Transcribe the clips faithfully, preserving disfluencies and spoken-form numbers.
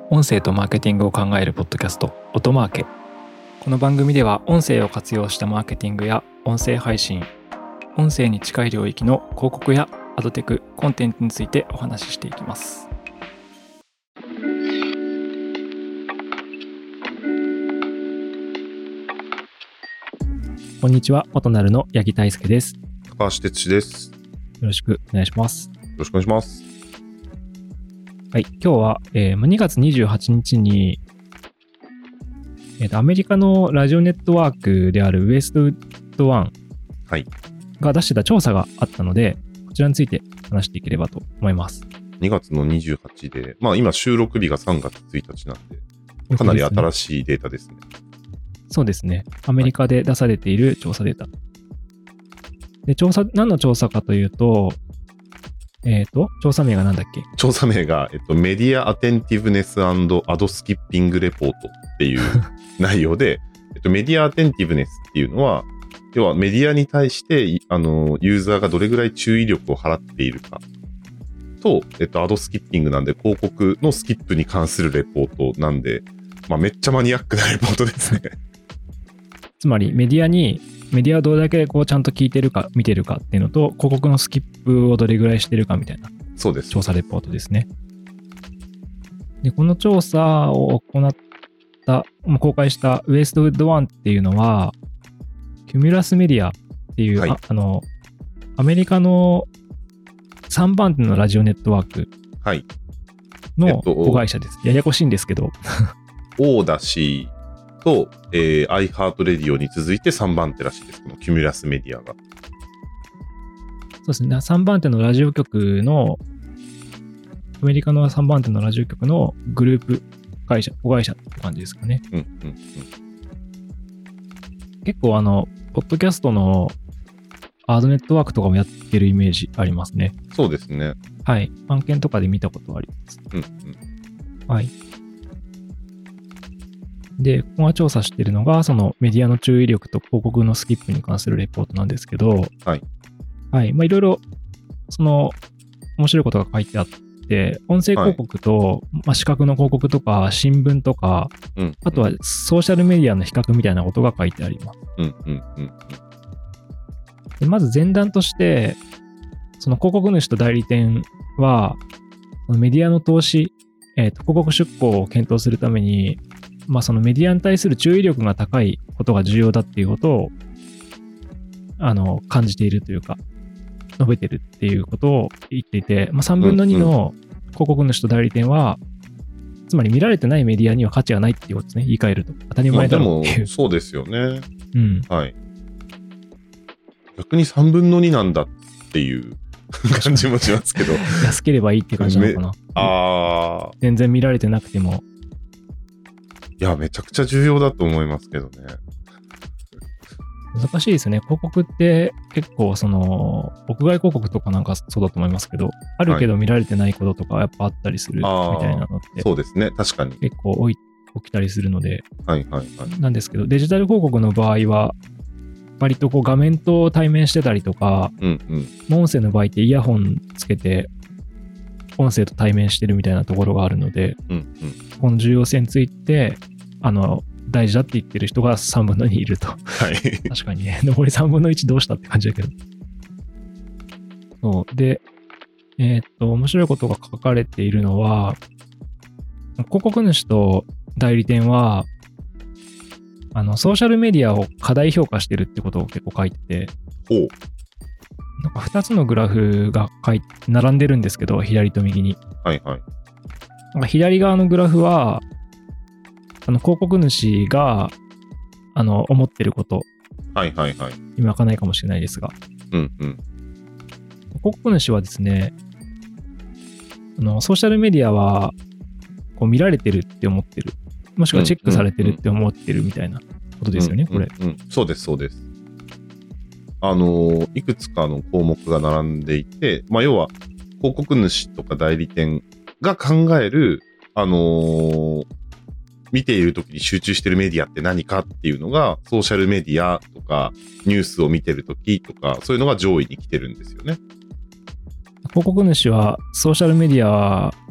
音声とマーケティングを考えるポッドキャスト音マーケ。この番組では音声を活用したマーケティングや音声配信、音声に近い領域の広告やアドテク、コンテンツについてお話ししていきます。こんにちは、音なるの八木大輔です。 高橋哲司です。 よろしくお願いします。 よろしくお願いします。 はい、今日は、えー、にがつにじゅうはちにちに、えーと、アメリカのラジオネットワークであるウエストウッドワンが出してた調査があったので、こちらについて話していければと思います。 にがつのにじゅうはちで、まあ今収録日がさんがつついたちなんで、かなり新しいデータですね。 そうですね。アメリカで出されている調査データ。はい、で、調査、何の調査かというと、えっと、調査名が何だっけ？ 調査名が、えっと、メディアアテンティブネス&アドスキッピングレポートっていう内容で、えっと、メディアアテンティブネスっていうのは、要はメディアに対して、あの、ユーザーがどれぐらい注意力を払っているかと、えっと、アドスキッピングなんで、広告のスキップに関するレポートなんで、まあ、めっちゃマニアックなレポートですね。 つまりメディアに、メディアをどれだけこうちゃんと聞いてるか見てるかっていうのと、広告のスキップをどれぐらいしてるかみたいなそうです調査レポートですね。で、この調査を行った、公開したウエストウッドワンっていうのは、キュミュラスメディアっていう、はい、あ, あのアメリカのさんばんてのラジオネットワークの子会社です。はい、えっと、ややこしいんですけど。 オーダシーと、えー、iHeartRadio に続いてさんばんてらしいです。このキュミュラスメディアが。 そうですね。さんばんてのラジオ局の、アメリカのさんばんてのラジオ局のグループ会社、子会社って感じですかね。うんうんうん、結構あの、ポッドキャストのアードネットワークとかもやってるイメージありますね。 そうですね。 はい。案件とかで見たことあります。うんうん、はい。で、ここが調査しているのが、そのメディアの注意力と広告のスキップに関するレポートなんですけど、 はい。 はい。まあ、いろいろ、その、面白いことが書いてあって、音声広告と、はい、まあ、視覚の広告とか、新聞とか、うん、あとはソーシャルメディアの比較みたいなことが書いてあります。うんうんうんうん、でまず前段として、その広告主と代理店は、メディアの投資、えーと、広告出稿を検討するために、まあ、そのメディアに対する注意力が高いことが重要だっていうことをあの感じているというか述べてるっていうことを言っていて、まあ、さんぶんのにの広告主と代理店は、うんうん、つまり見られてないメディアには価値がないっていうことですね。言い換えると当たり前だろうっていう、 まあ、でもそうですよね、 うん、 はい。逆にさんぶんのになんだっていう感じもしますけど安ければいいって感じなのかな。 あ全然見られてなくても、 いや、めちゃくちゃ重要だと思いますけどね。 難しいですよね。広告って結構その、屋外広告とかなんかそうだと思いますけど、あるけど見られてないこととかやっぱあったりするみたいなのって、 そうですね、確かに。 結構起きたりするので、 はいはいはい。 なんですけど、デジタル広告の場合は、割とこう画面と対面してたりとか、うんうん、音声の場合ってイヤホンつけて、音声と対面してるみたいなところがあるので、うんうん、この重要性について、あの、大事だって言ってる人がさんぶんのにいると。はい。確かにね。残りさんぶんのいちどうしたって感じだけど。そう。で、えー、っと、面白いことが書かれているのは、広告主と代理店は、あの、ソーシャルメディアを過大評価してるってことを結構書いてて、 おなんかふたつのグラフが書い並んでるんですけど、左と右に。 はいはい。 なんか左側のグラフは、あの広告主があの思ってること、 はいはいはい。 今開かないかもしれないですが、 うんうん。 広告主はですね、あのソーシャルメディアはこう見られてるって思ってる、もしくはチェックされてるって思ってるみたいなことですよね、 うんうんうん、 これ、 うん。そうですそうです。あのいくつかの項目が並んでいて、まあ要は広告主とか代理店が考えるあのー見ているときに集中しているメディアって何かっていうのが、ソーシャルメディアとかニュースを見てるときとか、そういうのが上位に来てるんですよね。 広告主はソーシャルメディア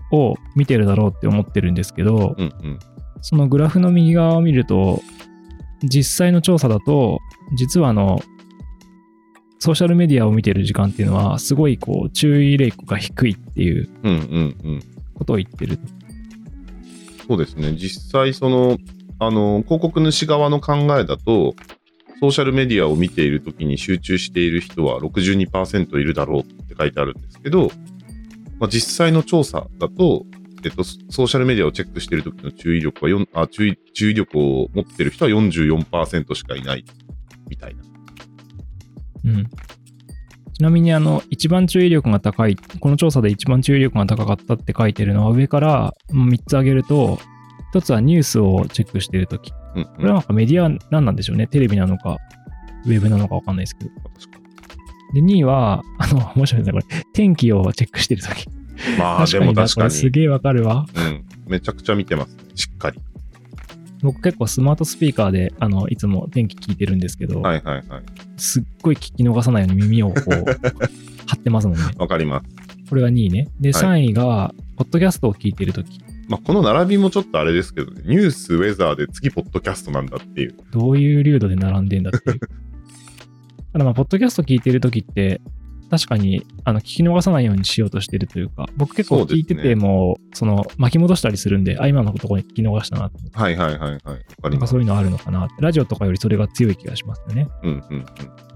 を見てるだろうって思ってるんですけど、 うんうん、 そのグラフの右側を見ると、実際の調査だと、実はあの、ソーシャルメディアを見てる時間っていうのは、すごいこう、注意レイクが低いっていうことを言ってると。 うんうんうん、そうですね。実際、その、あの、広告主側の考えだと、ソーシャルメディアを見ているときに集中している人は ろくじゅうにパーセント いるだろうって書いてあるんですけど、まあ、実際の調査だと、えっと、ソーシャルメディアをチェックしているときの注意力はあ注意、注意力を持っている人は よんじゅうよんパーセント しかいないみたいな。 うん、ちなみにあの一番注意力が高い、この調査で一番注意力が高かったって書いてるのは上からみっつ挙げると、ひとつはニュースをチェックしているとき、うんうん、これはなんかメディア何なんでしょうね、テレビなのかウェブなのか分かんないですけど。でにいはあの面白いですね、これ天気をチェックしているとき。 まあでも確かにすげえわかるわ。 うん、めちゃくちゃ見てますね、しっかり。 僕結構スマートスピーカーであのいつも天気聞いてるんですけど、 はいはいはい、 すっごい聞き逃さないように耳をこう張ってますもんね。 わかります。 これがにいね。で、さんいが、ポッドキャストを聞いてるとき。 まあ、この並びもちょっとあれですけどね、ニュース、ウェザーで次、ポッドキャストなんだっていう。 どういう流度で並んでんだっていう。ただまあ、ポッドキャスト聞いてるときって、確かにあの聞き逃さないようにしようとしてるというか、僕結構聞いてても、そ, ね、その巻き戻したりするんで、あ、今のところに聞き逃したなと思って。 はいはいはいはい。わかります。 なんかそういうのあるのかなって。ラジオとかよりそれが強い気がしますよね。 うんうんうん。うん、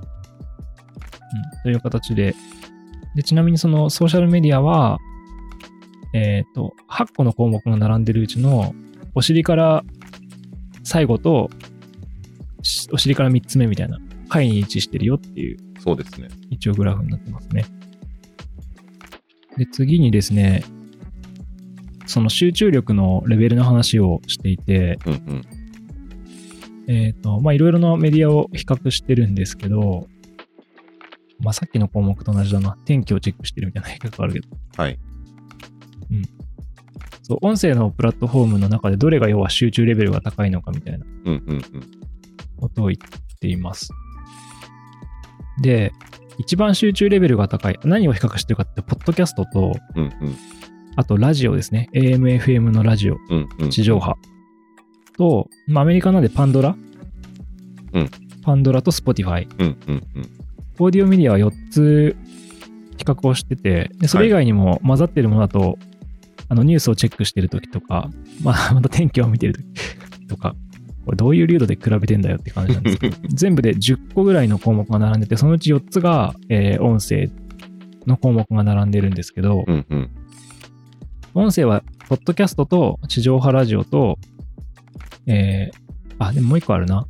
という形で。で、ちなみにそのソーシャルメディアは、えっと、はっこの項目が並んでるうちの、お尻から最後と、お尻からみっつめみたいな、下位に位置してるよっていう。 そうですね。 一応グラフになってますね。で、次にですね、その集中力のレベルの話をしていて、 うんうん、 えっと、まあ、いろいろなメディアを比較してるんですけど、まあ、さっきの項目と同じだな。天気をチェックしてるみたいな比較があるけど。 はい。 うん。そう、音声のプラットフォームの中でどれが要は集中レベルが高いのかみたいなことを言っています。で、一番集中レベルが高い。何を比較してるかって、ポッドキャストと、 うんうん、 あとラジオですね。エーエムエフエム のラジオ、 うんうん、 地上波と、まあ、アメリカなんでパンドラ、 うん、 パンドラと Spotify、 うんうんうん、 オーディオメディアはよっつ比較をしてて、でそれ以外にも混ざってるものだと、はい、あのニュースをチェックしてるときとか、まあ、また天気を見てるときとか、これどういう流度で比べてんだよって感じなんですけど、全部でじゅっこぐらいの項目が並んでて、そのうちよっつが、えー、音声の項目が並んでるんですけど、 うんうん、 音声は、ポッドキャストと地上波ラジオと、えー、あ、でももう一個あるな。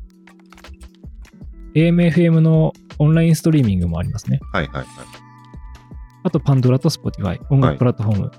エーエムエフエム のオンラインストリーミングもありますね。 はいはいはい。 あと、パンドラと Spotify、音楽プラットフォーム。はい、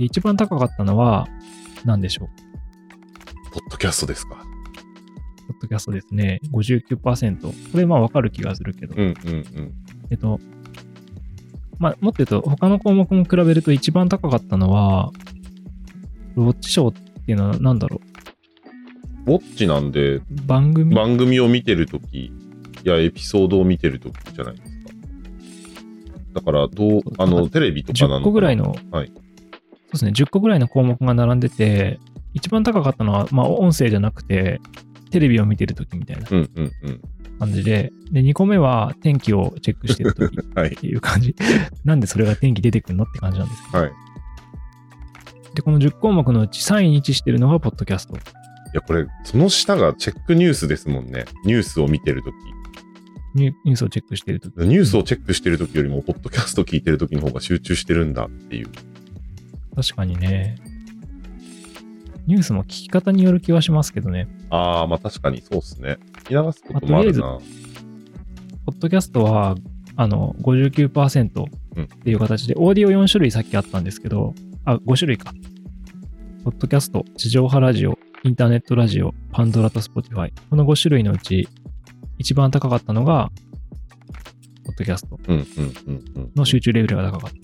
一番高かったのは、何でしょう。 ポッドキャストですか。 ポッドキャストですね。ごじゅうきゅうパーセント。これ、まあ、わかる気がするけど。 うんうんうん。 えっと、まあ、もっと言うと、他の項目も比べると一番高かったのは、ウォッチショーっていうのは何だろう。ウォッチなんで、 番組番組を見てるときやエピソードを見てるときじゃないですか。だから、どう、あの、テレビとかなのかな。 じゅっこぐらいの、 はい。 そうですね、じゅっこぐらいの項目が並んでて、一番高かったのは、まあ、音声じゃなくて、テレビを見てるときみたいな感じで、うんうんうん、で、にこめは天気をチェックしてるときっていう感じ。はい、なんでそれが天気出てくるのって感じなんですけど。 はい。 で、このじゅっこうもくのうちさんいに位置してるのが、ポッドキャスト。 いや、これ、その下がチェックニュースですもんね。ニュースを見てるとき。 ニュースをチェックしてるとき。 ニュースをチェックしてるときよりも、ポッドキャスト聞いてるときの方が集中してるんだっていう。 確かにね。ニュースも聞き方による気はしますけどね。 ああ、まあ確かにそうですね。見流すこともあるな。 まあ、とりあえず、ポッドキャストは、あの、ごじゅうきゅうパーセント っていう形で、うん、オーディオよんしゅるいさっきあったんですけど、あ、ごしゅるいか。ポッドキャスト、地上波ラジオ、インターネットラジオ、パンドラと Spotify。このごしゅるいのうち、一番高かったのが、ポッドキャストの集中レベルが高かった。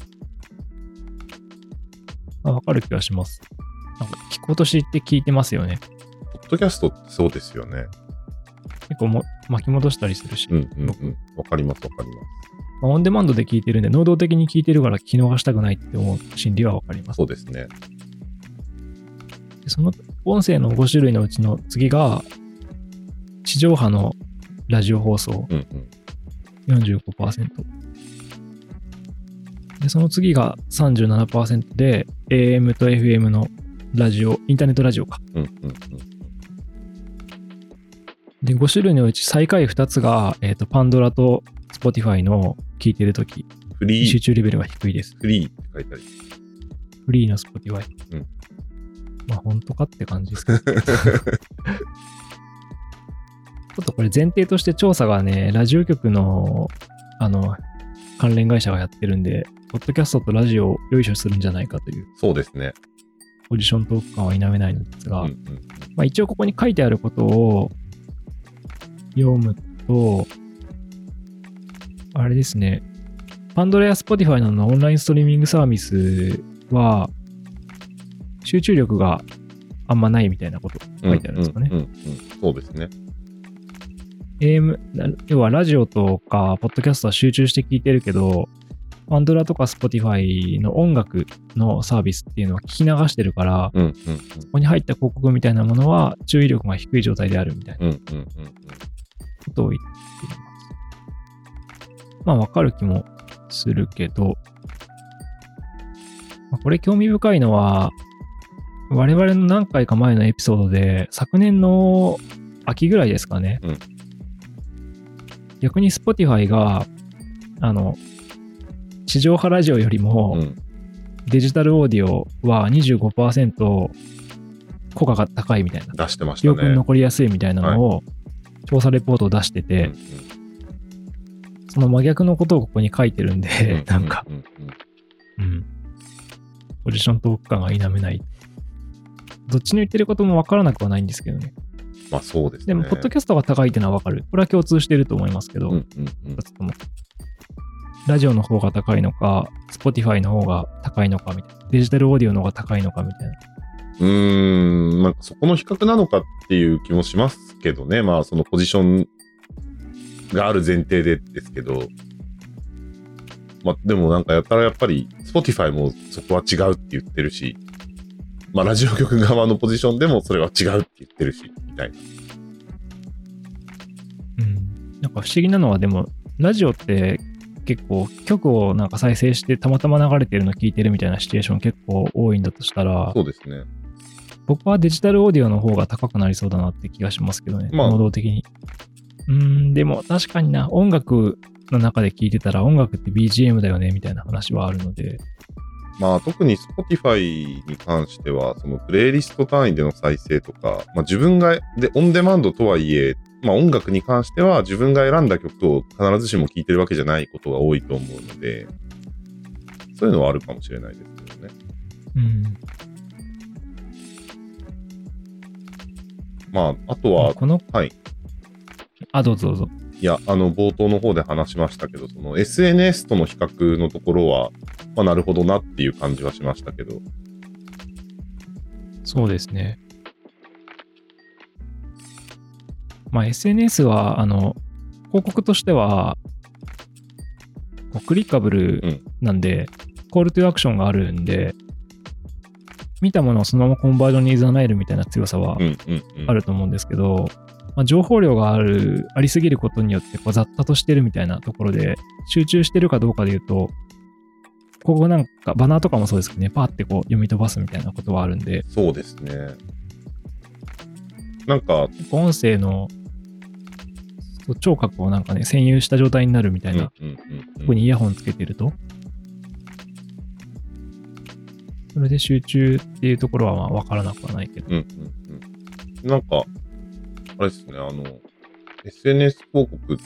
わかる気がします。なんか聞こうとして聞いてますよね。 ポッドキャストってそうですよね。 結構も巻き戻したりするし。 うんうんうん。わかりますわかります。 まあ、オンデマンドで聞いてるんで、能動的に聞いてるから聞き逃したくないって思う心理はわかります。 そうですね。 でその音声のご種類のうちの次が、地上波のラジオ放送、 うんうん、 よんじゅうごパーセント。で、その次が さんじゅうななパーセント で、エーエム と エフエム のラジオ、インターネットラジオか。 うんうんうん、 で、ご種類のうち最下位ふたつが、えっと、パンドラと Spotify の聞いてるとき、 フリー、 集中レベルが低いです。 フリーって書いてあります。 フリーの Spotify。 うん。 まあ、本当かって感じですけど。ちょっとこれ前提として調査がね、ラジオ局の、あの、関連会社がやってるんで、ポッドキャストとラジオをよいしょするんじゃないかという。 そうですね。 ポジショントーク感は否めないのですが、 うんうん、 まあ一応ここに書いてあることを読むと、あれですね、パンドラや Spotify などのオンラインストリーミングサービスは、集中力があんまないみたいなこと書いてあるんですかね。 うんうんうんうん、そうですね。 エーエム、要はラジオとか、ポッドキャストは集中して聞いてるけど、パンドラとか Spotify の音楽のサービスっていうのは聞き流してるから、 うんうんうん、 ここに入った広告みたいなものは注意力が低い状態であるみたいなことを言っています。まあわかる気もするけど、まあ、これ興味深いのは、我々の何回か前のエピソードで、昨年の秋ぐらいですかね。うん、逆に Spotify が、あの、地上波ラジオよりも、デジタルオーディオは にじゅうごパーセント 効果が高いみたいな。 出してましたね。 記憶に残りやすいみたいなのを、調査レポートを出してて、うんうん、その真逆のことをここに書いてるんで、うんうん、なんか、うん、ポジショントーク感が否めない。どっちの言ってることも分からなくはないんですけどね。 まあそうですね。 でも、ポッドキャストが高いっていうのは分かる。これは共通してると思いますけど、うんうんうん、ともラジオの方が高いのか、Spotify の方が高いのかみたいな。デジタルオーディオの方が高いのかみたいな。 うーん、なんかそこの比較なのかっていう気もしますけどね。まあそのポジションがある前提でですけど。まあでもなんかやったらやっぱり Spotify もそこは違うって言ってるし、まあラジオ局側のポジションでもそれは違うって言ってるし、みたいな。 うん。なんか不思議なのはでも、ラジオって結構曲をなんか再生してたまたま流れてるの聞いてるみたいなシチュエーション結構多いんだとしたら、 そうですね。 僕はデジタルオーディオの方が高くなりそうだなって気がしますけどね、まあ、能動的に。うーん、でも確かにな、音楽の中で聞いてたら音楽って ビージーエム だよねみたいな話はあるので。 まあ特に Spotify に関しては、そのプレイリスト単位での再生とか、まあ自分が、で、オンデマンドとはいえ、まあ音楽に関しては自分が選んだ曲を必ずしも聴いてるわけじゃないことが多いと思うので、そういうのはあるかもしれないですけどね。 うん。 まあ、あとは、 この、 はい。 あ、どうぞどうぞ。 いや、あの、冒頭の方で話しましたけど、その エスエヌエス との比較のところは、まあ、なるほどなっていう感じはしましたけど。 そうですね。まあ、エスエヌエス は、あの、広告としては、クリッカブルなんで、うん、コールトゥアクションがあるんで、見たものをそのままコンバージョンに誘えるみたいな強さはあると思うんですけど、うんうんうん、まあ、情報量がある、ありすぎることによってこう雑多としてるみたいなところで、集中してるかどうかで言うと、ここなんかバナーとかもそうですけどね、パーってこう読み飛ばすみたいなことはあるんで。 そうですね。なんか、 音声の聴覚をなんかね、占有した状態になるみたいな、 うんうんうんうん、 ここにイヤホンつけてると、それで集中っていうところはまあ分からなくはないけど。 うんうんうん、なんか、あれですね、あの、エスエヌエス 広告って、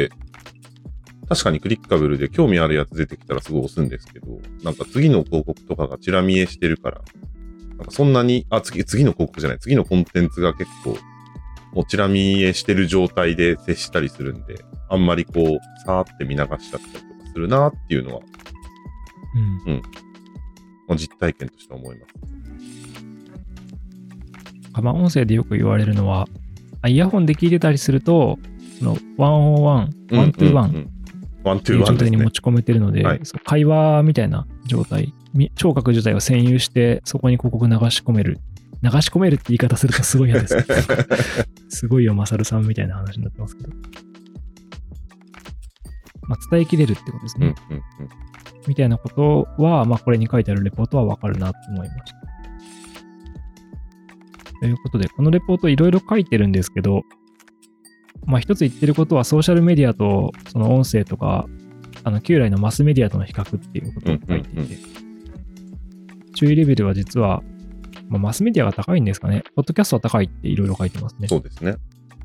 確かにクリッカブルで興味あるやつ出てきたらすごい押すんですけど、なんか次の広告とかがチラ見えしてるから、なんかそんなに、あ、次、次の広告じゃない、次のコンテンツが結構、もうチラ見えしてる状態で接したりするんで、あんまりこう、さーって見流しちゃったりとかするなっていうのは、 うん。うん。 まあ、実体験として思います。 まあ、音声でよく言われるのは、イヤホンで聞いてたりすると、その、ワンオーワン、ワントゥーワンワントゥーワン状態に持ち込めてるので、 はい、 会話みたいな状態、聴覚自体を占有して、そこに広告流し込める。流し込めるって言い方するとすごい嫌ですね。すごいよ、マサルさんみたいな話になってますけど。まあ、伝えきれるってことですね。うんうんうん、みたいなことは、まあ、これに書いてあるレポートはわかるなと思いました。ということで、このレポートいろいろ書いてるんですけど、まあ、一つ言ってることは、ソーシャルメディアとその音声とか、あの旧来のマスメディアとの比較っていうことを書いていて、うんうんうん、注意レベルは実は、まあ、マスメディアが高いんですかね。ポッドキャストは高いっていろいろ書いてますね。 そうですね。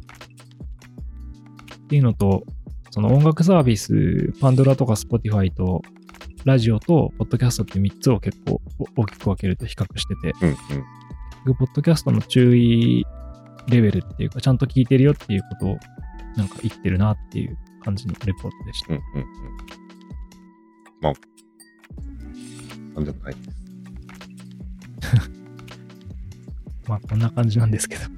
っていうのと、その音楽サービス、パンドラとかスポティファイと、ラジオとポッドキャストってみっつを結構大きく分けると比較してて、うんうん、ポッドキャストの注意レベルっていうか、ちゃんと聞いてるよっていうことをなんか言ってるなっていう感じのレポートでした。うんうんうん、 まあ、なんでもないです。 まあ、こんな感じなんですけど。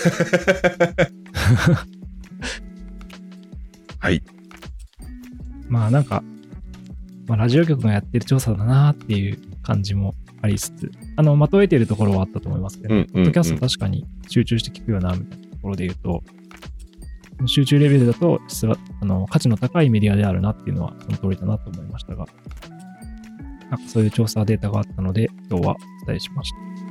はい。 まあ、なんか、まあ、ラジオ局がやってる調査だなっていう感じもありつつ、あの、まとえてるところはあったと思いますけど、うんうんうん、ポッドキャスト確かに集中して聞くよな、みたいなところで言うと、集中レベルだと、実は、あの、価値の高いメディアであるなっていうのは、その通りだなと思いましたが、なんかそういう調査データがあったので、今日はお伝えしました。